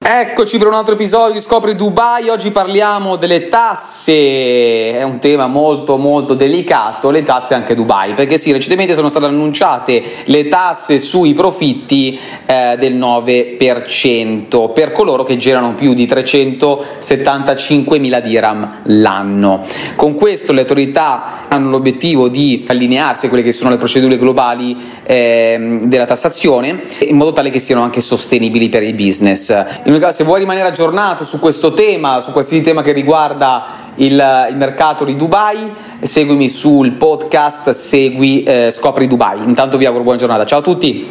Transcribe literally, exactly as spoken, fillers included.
Eccoci per un altro episodio di Scopri Dubai. Oggi parliamo delle tasse, è un tema molto molto delicato, le tasse anche a Dubai, perché sì, recentemente sono state annunciate le tasse sui profitti eh, del nove per cento per coloro che generano più di trecentosettantacinquemila dirham l'anno. Con questo le autorità hanno l'obiettivo di allinearsi a quelle che sono le procedure globali eh, della tassazione, in modo tale che siano anche sostenibili per il business. In ogni caso, se vuoi rimanere aggiornato su questo tema, su qualsiasi tema che riguarda il, il mercato di Dubai, seguimi sul podcast, segui eh, Scopri Dubai. Intanto vi auguro buona giornata, ciao a tutti!